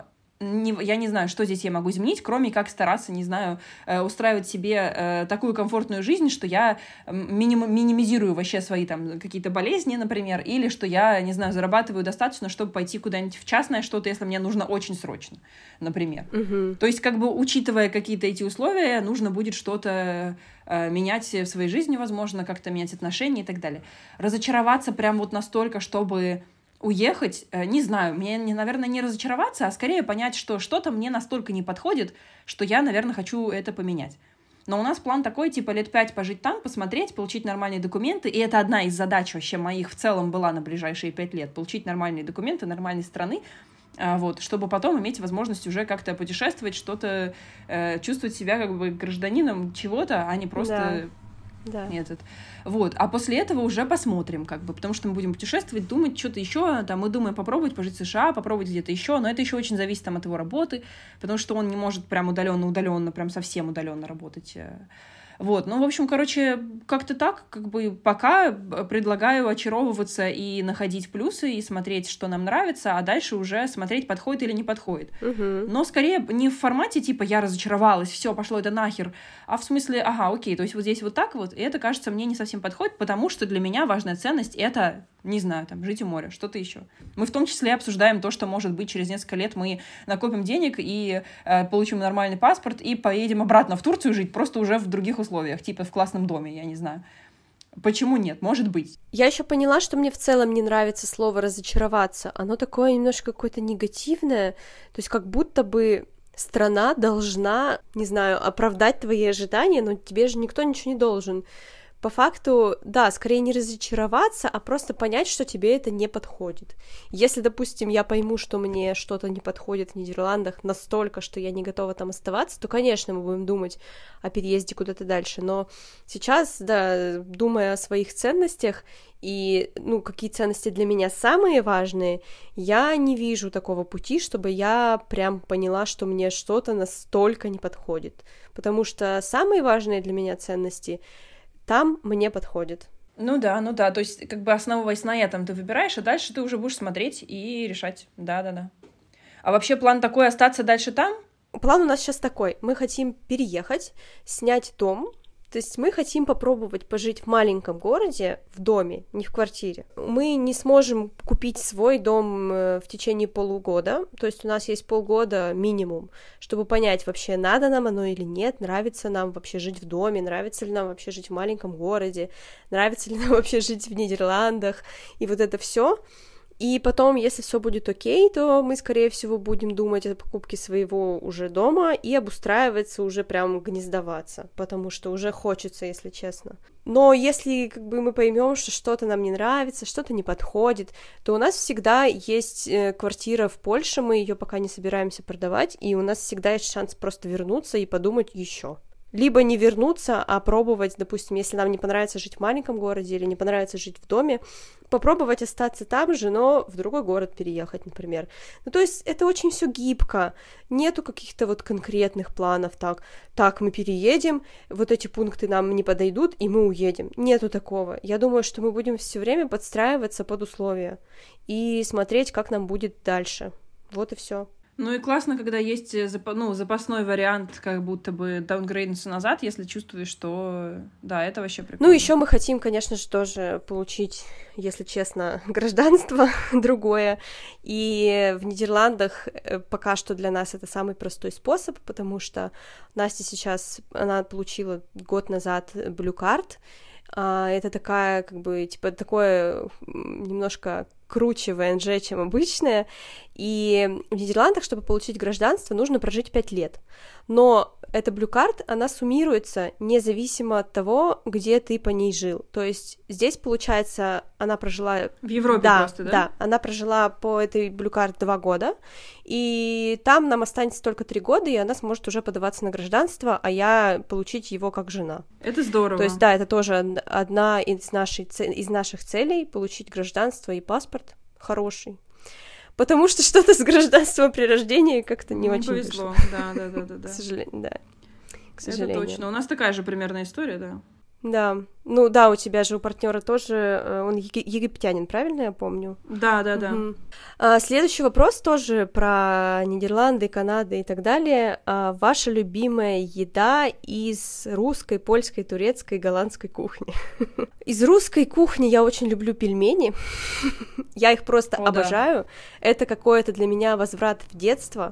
я не знаю, что здесь я могу изменить, кроме как стараться, не знаю, устраивать себе такую комфортную жизнь, что я минимизирую вообще свои там какие-то болезни, например, или что я, не знаю, зарабатываю достаточно, чтобы пойти куда-нибудь в частное что-то, если мне нужно очень срочно, например. То есть, как бы, учитывая какие-то эти условия, нужно будет что-то менять в своей жизни, возможно, как-то менять отношения и так далее. Разочароваться прям вот настолько, чтобы уехать, не знаю, мне, наверное, не разочароваться, а скорее понять, что что-то мне настолько не подходит, что я, наверное, хочу это поменять. Но у нас план такой, типа, 5 лет пожить там, посмотреть, получить нормальные документы, и это одна из задач вообще моих в целом была на ближайшие 5 лет, получить нормальные документы нормальной страны, вот, чтобы потом иметь возможность уже как-то путешествовать, что-то, чувствовать себя как бы гражданином чего-то, а не просто Да. Этот. Вот. А после этого уже посмотрим, как бы, потому что мы будем путешествовать, думать что-то еще, там, мы думаем попробовать пожить в США, попробовать где-то еще, но это еще очень зависит там от его работы, потому что он не может прям удаленно, прям совсем удаленно работать. Вот, ну, в общем, короче, как-то так, как бы пока предлагаю очаровываться и находить плюсы, и смотреть, что нам нравится, а дальше уже смотреть, подходит или не подходит. Но скорее не в формате, типа, я разочаровалась, все, пошло это нахер, а в смысле, ага, окей, то есть вот здесь вот так вот, и это, кажется, мне не совсем подходит, потому что для меня важная ценность — это, не знаю, там, жить у моря, что-то еще. Мы в том числе обсуждаем то, что, может быть, через несколько лет мы накопим денег и получим нормальный паспорт и поедем обратно в Турцию жить, просто уже в других условиях, типа в классном доме, я не знаю. Почему нет? Может быть. Я еще поняла, что мне в целом не нравится слово «разочароваться». Оно такое немножко какое-то негативное, то есть как будто бы страна должна, не знаю, оправдать твои ожидания, но тебе же никто ничего не должен. По факту, да, скорее не разочароваться, а просто понять, что тебе это не подходит. Если, допустим, я пойму, что мне что-то не подходит в Нидерландах настолько, что я не готова там оставаться, то, конечно, мы будем думать о переезде куда-то дальше. Но сейчас, да, думая о своих ценностях и, ну, какие ценности для меня самые важные, я не вижу такого пути, чтобы я прям поняла, что мне что-то настолько не подходит. Потому что самые важные для меня ценности там мне подходит. Ну да, то есть как бы основываясь на этом ты выбираешь, а дальше ты уже будешь смотреть и решать. Да. А вообще план такой — остаться дальше там? План у нас сейчас такой. Мы хотим переехать, снять дом. То есть мы хотим попробовать пожить в маленьком городе, в доме, не в квартире. Мы не сможем купить свой дом в течение полугода, то есть у нас есть полгода минимум, чтобы понять, вообще надо нам оно или нет, нравится нам вообще жить в доме, нравится ли нам вообще жить в маленьком городе, нравится ли нам вообще жить в Нидерландах, и вот это все. И потом, если все будет окей, то мы, скорее всего, будем думать о покупке своего уже дома и обустраиваться, уже прям гнездоваться, потому что уже хочется, если честно. Но если как бы мы поймем, что что-то нам не нравится, что-то не подходит, то у нас всегда есть квартира в Польше, мы ее пока не собираемся продавать, и у нас всегда есть шанс просто вернуться и подумать еще. Либо не вернуться, а пробовать, допустим, если нам не понравится жить в маленьком городе или не понравится жить в доме, попробовать остаться там же, но в другой город переехать, например. Ну, то есть это очень все гибко, нету каких-то вот конкретных планов, так, мы переедем, вот эти пункты нам не подойдут, и мы уедем. Нету такого. Я думаю, что мы будем все время подстраиваться под условия и смотреть, как нам будет дальше. Вот и все. Ну и классно, когда есть запасной вариант, как будто бы даунгрейднуться назад, если чувствуешь, что да, это вообще прикольно. Ну, еще мы хотим, конечно же, тоже получить, если честно, гражданство другое. И в Нидерландах пока что для нас это самый простой способ, потому что Настя сейчас, она получила год назад Blue Card. Это такая, как бы, типа, такое немножко круче ВНЖ, чем обычное, и в Нидерландах, чтобы получить гражданство, нужно прожить 5 лет, но эта Blue Card, она суммируется независимо от того, где ты по ней жил, то есть здесь, получается, она прожила... В Европе да, просто, да? Да, она прожила по этой Blue Card 2 года, и там нам останется только 3 года, и она сможет уже подаваться на гражданство, а я получить его как жена. Это здорово. То есть, да, это тоже одна из наших целей — получить гражданство и паспорт хороший. Потому что что-то с гражданством при рождении как-то не очень повезло. вышло. Да. К сожалению, да. К сожалению. Это точно. У нас такая же примерная история, да. Да. Ну да, у тебя же, у партнера тоже, он египтянин, правильно я помню? Да. Следующий вопрос тоже про Нидерланды, Канаду и так далее. Ваша любимая еда из русской, польской, турецкой, голландской кухни? Из русской кухни я очень люблю пельмени. Я их просто обожаю. Да. Это какое-то для меня возврат в детство.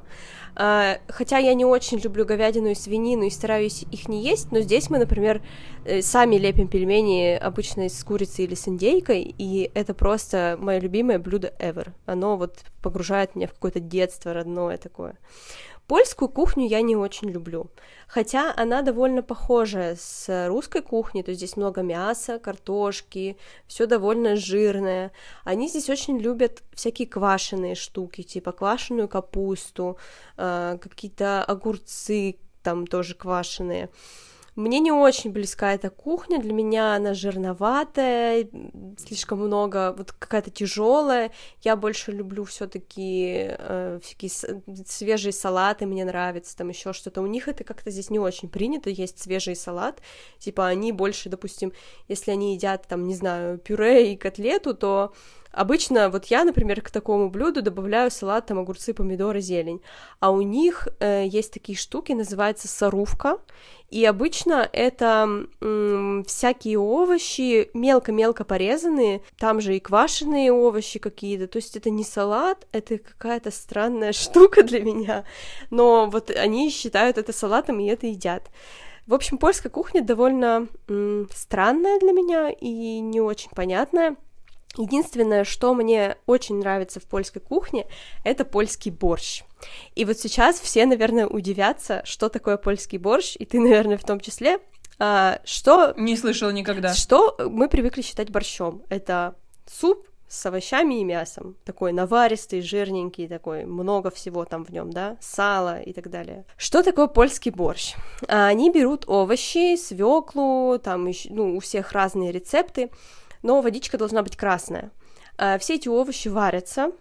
Хотя я не очень люблю говядину и свинину и стараюсь их не есть, но здесь мы, например, сами лепим пельмени обычно с курицей или с индейкой, и это просто мое любимое блюдо ever. Оно вот погружает меня в какое-то детство родное такое. Польскую кухню я не очень люблю, хотя она довольно похожа с русской кухней, то есть здесь много мяса, картошки, все довольно жирное. Они здесь очень любят всякие квашеные штуки, типа квашеную капусту, какие-то огурцы там тоже квашеные. Мне не очень близка эта кухня, для меня она жирноватая, слишком много, вот какая-то тяжелая. Я больше люблю все-таки всякие свежие салаты, мне нравится, там еще что-то. У них это как-то здесь не очень принято, есть свежий салат, типа они больше, допустим, если они едят, там, не знаю, пюре и котлету, то обычно вот я, например, к такому блюду добавляю салат, там, огурцы, помидоры, зелень, а у них есть такие штуки, называется сарувка, и обычно это всякие овощи мелко-мелко порезанные, там же и квашеные овощи какие-то, то есть это не салат, это какая-то странная штука для меня, но вот они считают это салатом и это едят. В общем, польская кухня довольно странная для меня и не очень понятная. Единственное, что мне очень нравится в польской кухне, это польский борщ. И вот сейчас все, наверное, удивятся, что такое польский борщ, и ты, наверное, в том числе, что... Не слышала никогда. Что мы привыкли считать борщом. Это суп с овощами и мясом, такой наваристый, жирненький, такой, много всего там в нем, да, сало и так далее. Что такое польский борщ? Они берут овощи, свеклу, там, у всех разные рецепты, но водичка должна быть красная. Все эти овощи варятся,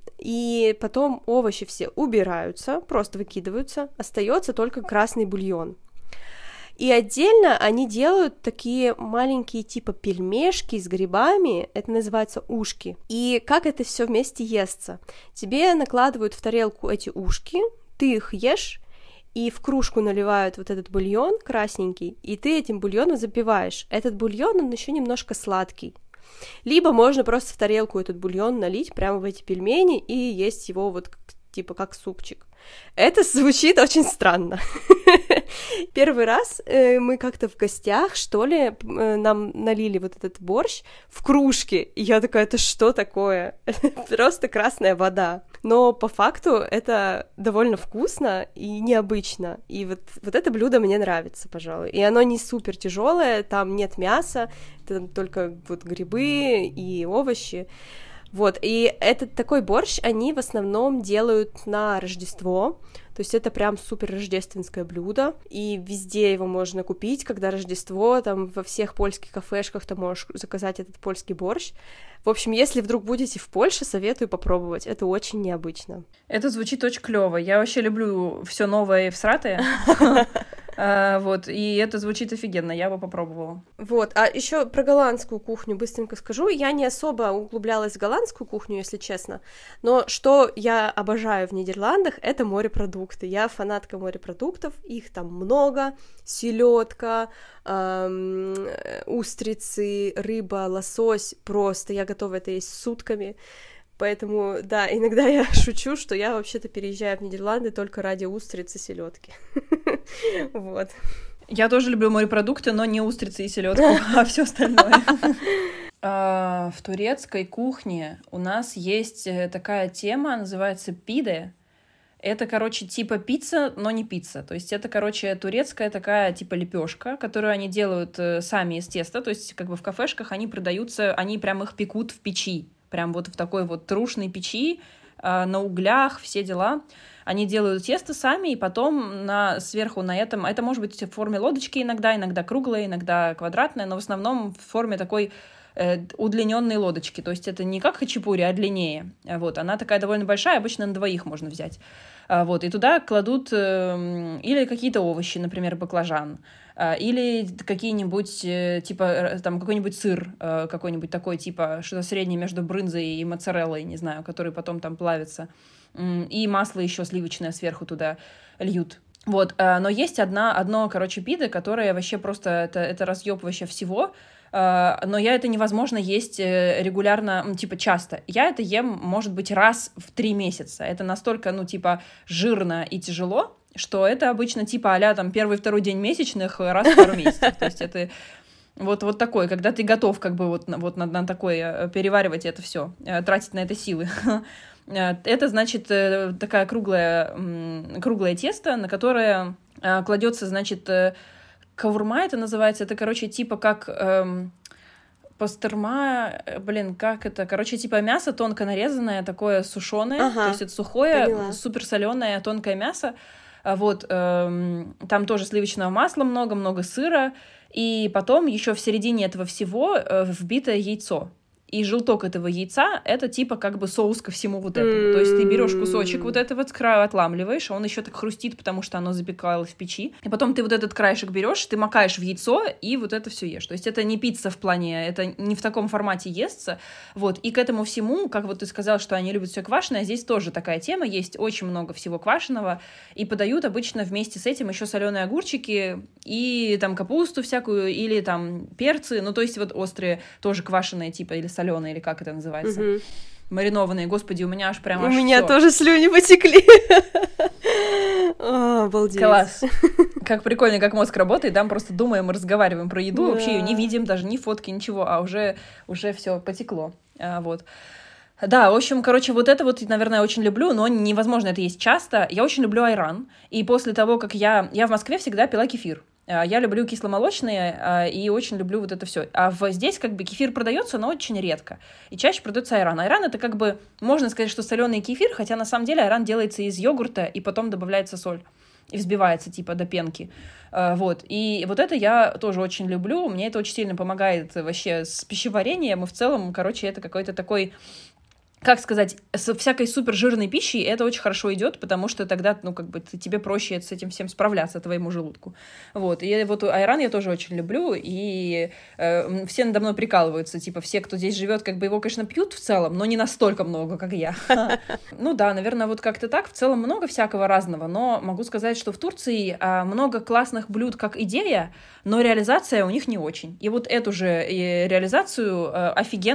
и потом овощи все убираются, просто выкидываются, остается только красный бульон. И отдельно они делают такие маленькие типа пельмешки с грибами, это называется ушки. И как это все вместе естся? Тебе накладывают в тарелку эти ушки, ты их ешь, и в кружку наливают вот этот бульон красненький, и ты этим бульоном запиваешь. Этот бульон, он еще немножко сладкий. Либо можно просто в тарелку этот бульон налить прямо в эти пельмени и есть его вот типа как супчик. Это звучит очень странно. Первый раз мы как-то в гостях, что ли, нам налили вот этот борщ в кружке, и я такая, это что такое? Просто красная вода. Но по факту это довольно вкусно и необычно, и вот это блюдо мне нравится, пожалуй. И оно не супер тяжелое, там нет мяса, это только вот грибы и овощи. Вот, и этот такой борщ они в основном делают на Рождество, то есть это прям супер рождественское блюдо, и везде его можно купить, когда Рождество, там во всех польских кафешках ты можешь заказать этот польский борщ. В общем, если вдруг будете в Польше, советую попробовать, это очень необычно. Это звучит очень клево. Я вообще люблю все новое и всратое. Вот, и это звучит офигенно, я бы попробовала. Вот, а еще про голландскую кухню быстренько скажу. Я не особо углублялась в голландскую кухню, если честно, но что я обожаю в Нидерландах, это морепродукты. Я фанатка морепродуктов, их там много, селедка, устрицы, рыба, лосось, просто я готова это есть сутками. Поэтому, да, иногда я шучу, что я вообще-то переезжаю в Нидерланды только ради устриц и селедки. Вот. Я тоже люблю морепродукты, но не устрицы и селедку, а все остальное. В турецкой кухне у нас есть такая тема, называется пиде. Это, короче, типа пицца, но не пицца. То есть это, короче, турецкая такая типа лепешка, которую они делают сами из теста. То есть как бы в кафешках они продаются, они прям их пекут в печи. Прям вот в такой вот трушной печи, на углях, все дела. Они делают тесто сами, и потом сверху на этом... Это может быть в форме лодочки иногда круглая, иногда квадратная, но в основном в форме такой удлиненной лодочки. То есть это не как хачапури, а длиннее. Вот. Она такая довольно большая, обычно на двоих можно взять. Вот. И туда кладут или какие-то овощи, например, баклажан, или какие-нибудь, типа, там, какой-нибудь сыр, какой-нибудь такой, типа, что-то среднее между брынзой и моцареллой, не знаю, который потом там плавится. И масло еще сливочное сверху туда льют. Вот, но есть одно, короче, пиде, которое вообще просто, это разъеб вообще всего, но это невозможно есть регулярно, типа, часто. Я это ем, может быть, раз в 3 месяца. Это настолько, типа, жирно и тяжело, что это обычно, типа, а-ля, там, 1-2 день месячных раз в пару месяцев. То есть это вот такое, когда ты готов, как бы, вот на такое переваривать это все, тратить на это силы. Это, значит, такая круглое тесто, на которое кладется, значит, кавурма это называется. Это, короче, типа как пастерма, как это? Короче, типа мясо тонко нарезанное, такое сушеное, то есть это сухое, суперсоленое, тонкое мясо. Вот, там тоже сливочного масла много сыра, и потом еще в середине этого всего вбитое яйцо. И желток этого яйца — это типа как бы соус ко всему вот этому. То есть ты берешь кусочек вот этого с краю, отламливаешь, он еще так хрустит, потому что оно запекалось в печи. И потом ты вот этот краешек берешь, ты макаешь в яйцо, и вот это все ешь. То есть это не пицца в плане, это не в таком формате естся. Вот. И к этому всему, как вот ты сказал, что они любят все квашеное, здесь тоже такая тема, есть очень много всего квашеного, и подают обычно вместе с этим еще соленые огурчики и там капусту всякую, или там перцы, ну то есть вот острые, тоже квашеные типа, или соленые, или как это называется, маринованные. Господи, у меня аж прям аж У меня всё. тоже слюни потекли. Обалдеть. Класс. Как прикольно, как мозг работает, там просто думаем и разговариваем про еду, вообще ее не видим, даже ни фотки, ничего, а уже все потекло. Вот. Да, в общем, короче, вот это вот, наверное, я очень люблю, но невозможно это есть часто. Я очень люблю айран, и после того, как я в Москве всегда пила кефир. Я люблю кисломолочные и очень люблю вот это все. А здесь как бы кефир продается, но очень редко. И чаще продается айран. Айран — это как бы, можно сказать, что соленый кефир, хотя на самом деле айран делается из йогурта, и потом добавляется соль. И взбивается типа до пенки. Вот. И вот это я тоже очень люблю. Мне это очень сильно помогает вообще с пищеварением. И в целом, короче, это какой-то такой... Как сказать, с всякой супер жирной пищей это очень хорошо идет, потому что тогда, ну, как бы, тебе проще с этим всем справляться, твоему желудку. Вот. И вот айран я тоже очень люблю, и все надо мной прикалываются, типа, все, кто здесь живет, как бы его, конечно, пьют в целом, но не настолько много, как я. Ну да, наверное, вот как-то так. В целом много всякого разного, но могу сказать, что в Турции много классных блюд как идея, но реализация у них не очень. И вот эту же реализацию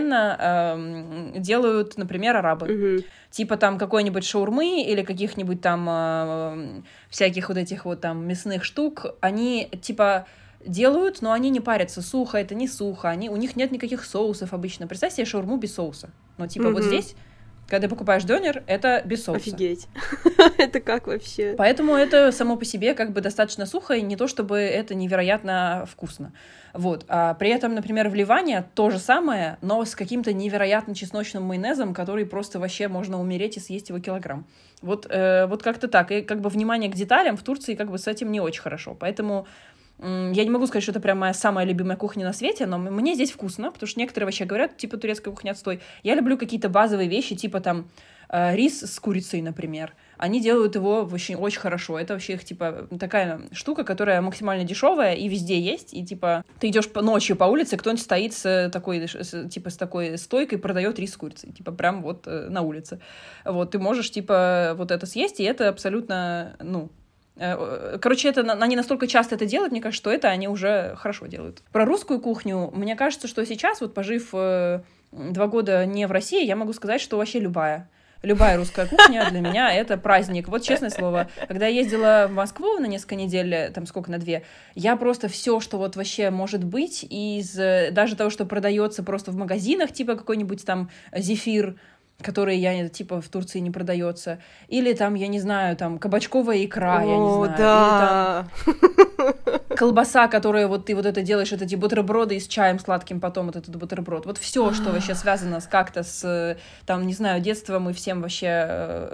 офигенно делают, например, арабы. Типа там какой-нибудь шаурмы или каких-нибудь там всяких вот этих вот там мясных штук. Они типа делают, но они не парятся. Сухо это, не сухо. У них нет никаких соусов обычно. Представь себе шаурму без соуса. Ну типа вот здесь, когда ты покупаешь донер, это без соуса. Офигеть. Это как вообще? Поэтому это само по себе как бы достаточно сухо, и не то чтобы это невероятно вкусно. Вот. А при этом, например, в Ливане то же самое, но с каким-то невероятно чесночным майонезом, который просто вообще можно умереть и съесть его килограмм. Вот как-то так. И как бы внимание к деталям в Турции как бы с этим не очень хорошо. Поэтому я не могу сказать, что это прям моя самая любимая кухня на свете, но мне здесь вкусно, потому что некоторые вообще говорят, типа, турецкая кухня отстой. Я люблю какие-то базовые вещи, типа там рис с курицей, например. Они делают его очень хорошо. Это вообще их, типа, такая штука, которая максимально дешевая и везде есть. И, типа, ты идешь ночью по улице, кто-нибудь стоит с такой стойкой, продает рис с курицей. Типа, прям вот на улице. Вот, ты можешь, типа, вот это съесть, и это абсолютно, ну... Короче, они настолько часто это делают, мне кажется, что это они уже хорошо делают. Про русскую кухню, мне кажется, что сейчас, вот пожив 2 года не в России, я могу сказать, что вообще любая русская кухня для меня — это праздник. Вот честное слово, когда я ездила в Москву на несколько недель, там сколько, на 2, я просто все, что вот вообще может быть, из даже того, что продается просто в магазинах, типа какой-нибудь там зефир, который типа в Турции не продается, или там, я не знаю, там кабачковая икра, я не знаю, да. или там колбаса, которую вот ты вот это делаешь, это эти бутерброды и с чаем сладким потом вот этот бутерброд. Вот все, что вообще связано как-то с, там, не знаю, детством и всем вообще,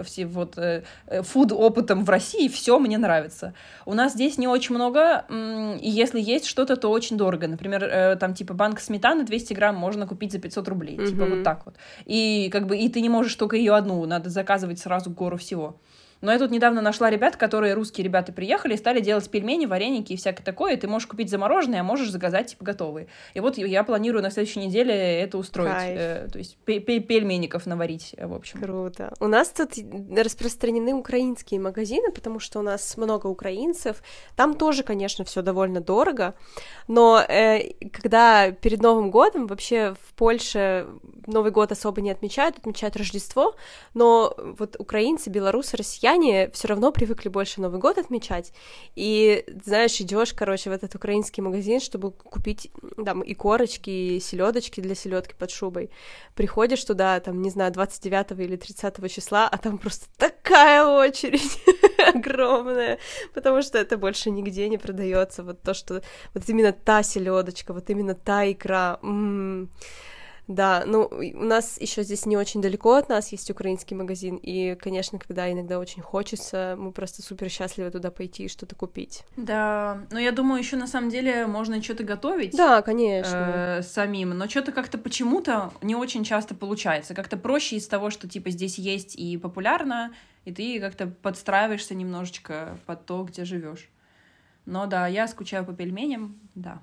фуд-опытом в России, все мне нравится. У нас здесь не очень много, и если есть что-то, то очень дорого. Например, там, типа, банка сметаны 200 грамм можно купить за 500 рублей. Типа, вот так вот. И, как бы, и ты не можешь только ее одну, надо заказывать сразу гору всего. Но я тут недавно нашла ребят, русские ребята приехали и стали делать пельмени, вареники и всякое такое. И ты можешь купить замороженные, а можешь заказать, типа, готовые. И вот я планирую на следующей неделе это устроить. То есть пельмеников наварить, в общем. Круто. У нас тут распространены украинские магазины, потому что у нас много украинцев. Там тоже, конечно, все довольно дорого. Но когда перед Новым годом, вообще в Польше Новый год особо не отмечают Рождество, но вот украинцы, белорусы, россияне все равно привыкли больше Новый год отмечать, и, знаешь, идешь, короче, в этот украинский магазин, чтобы купить там и корочки, и селедочки для селедки под шубой. Приходишь туда, там, не знаю, 29 или 30 числа, а там просто такая очередь огромная, потому что это больше нигде не продается. Вот то, что вот именно та селедочка, вот именно та икра. Да, ну, у нас еще здесь не очень далеко от нас есть украинский магазин, и, конечно, когда иногда очень хочется, мы просто супер счастливы туда пойти и что-то купить. Да, но я думаю, еще на самом деле можно что-то готовить. Да, конечно. Самим, но что-то как-то почему-то не очень часто получается. Как-то проще из того, что, типа, здесь есть и популярно, и ты как-то подстраиваешься немножечко под то, где живешь. Но да, я скучаю по пельменям, да.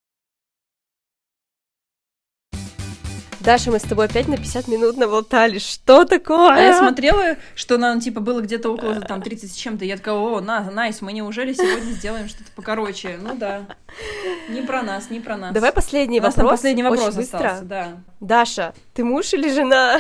Даша, мы с тобой опять на 50 минут наболтали. Что такое? А я смотрела, что нам, типа, было где-то около, там, 30 с чем-то. Я такая, о, найс, мы неужели сегодня сделаем что-то покороче? Ну да, не про нас, не про нас. Давай последний вопрос. У нас последний вопрос очень быстро. остался, да. Даша, ты муж или жена?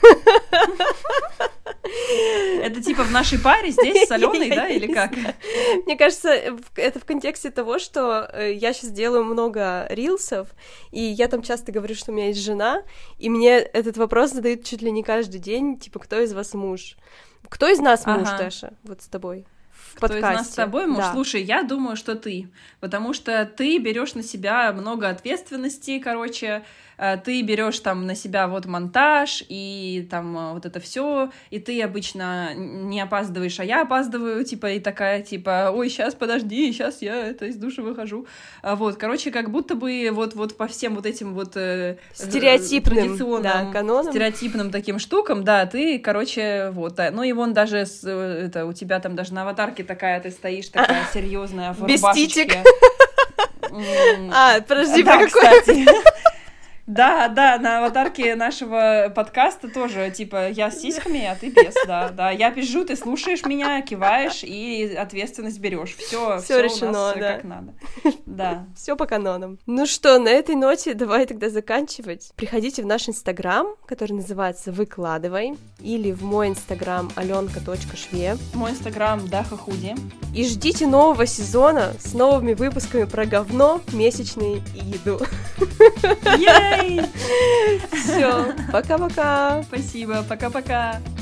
Это типа в нашей паре здесь с Аленой, да, или как? Мне кажется, это в контексте того, что я сейчас делаю много рилсов, и я там часто говорю, что у меня есть жена, и мне этот вопрос задают чуть ли не каждый день, типа, кто из вас муж? Кто из нас муж, Даша, вот с тобой? Кто из нас с тобой муж? Да. Слушай, я думаю, что ты, потому что ты берешь на себя много ответственности, короче, ты берешь там на себя вот монтаж и там вот это все, и ты обычно не опаздываешь, а я опаздываю, типа, и такая, типа, ой, сейчас подожди, сейчас я из душа выхожу. Вот, короче, как будто бы вот по всем вот этим вот стереотипным, да, канонам, стереотипным таким штукам, да, ты, короче, вот, да. Ну и вон даже у тебя там даже на аватарке такая, ты стоишь такая серьезная в рубашечке. Подожди, про какой? Кстати. Да, на аватарке нашего подкаста тоже, типа, я с сиськами, а ты без, да. Я пизжу, ты слушаешь меня, киваешь и ответственность берешь. Все решено, у нас да. Как надо. Да. Все по канонам. Ну что, на этой ноте давай тогда заканчивать. Приходите в наш инстаграм, который называется «Выкладывай», или в мой инстаграм alenka.шве. Мой инстаграм Даха-худи. И ждите нового сезона с новыми выпусками про говно, месячные и еду. Yay! Все, пока-пока. Спасибо, пока-пока.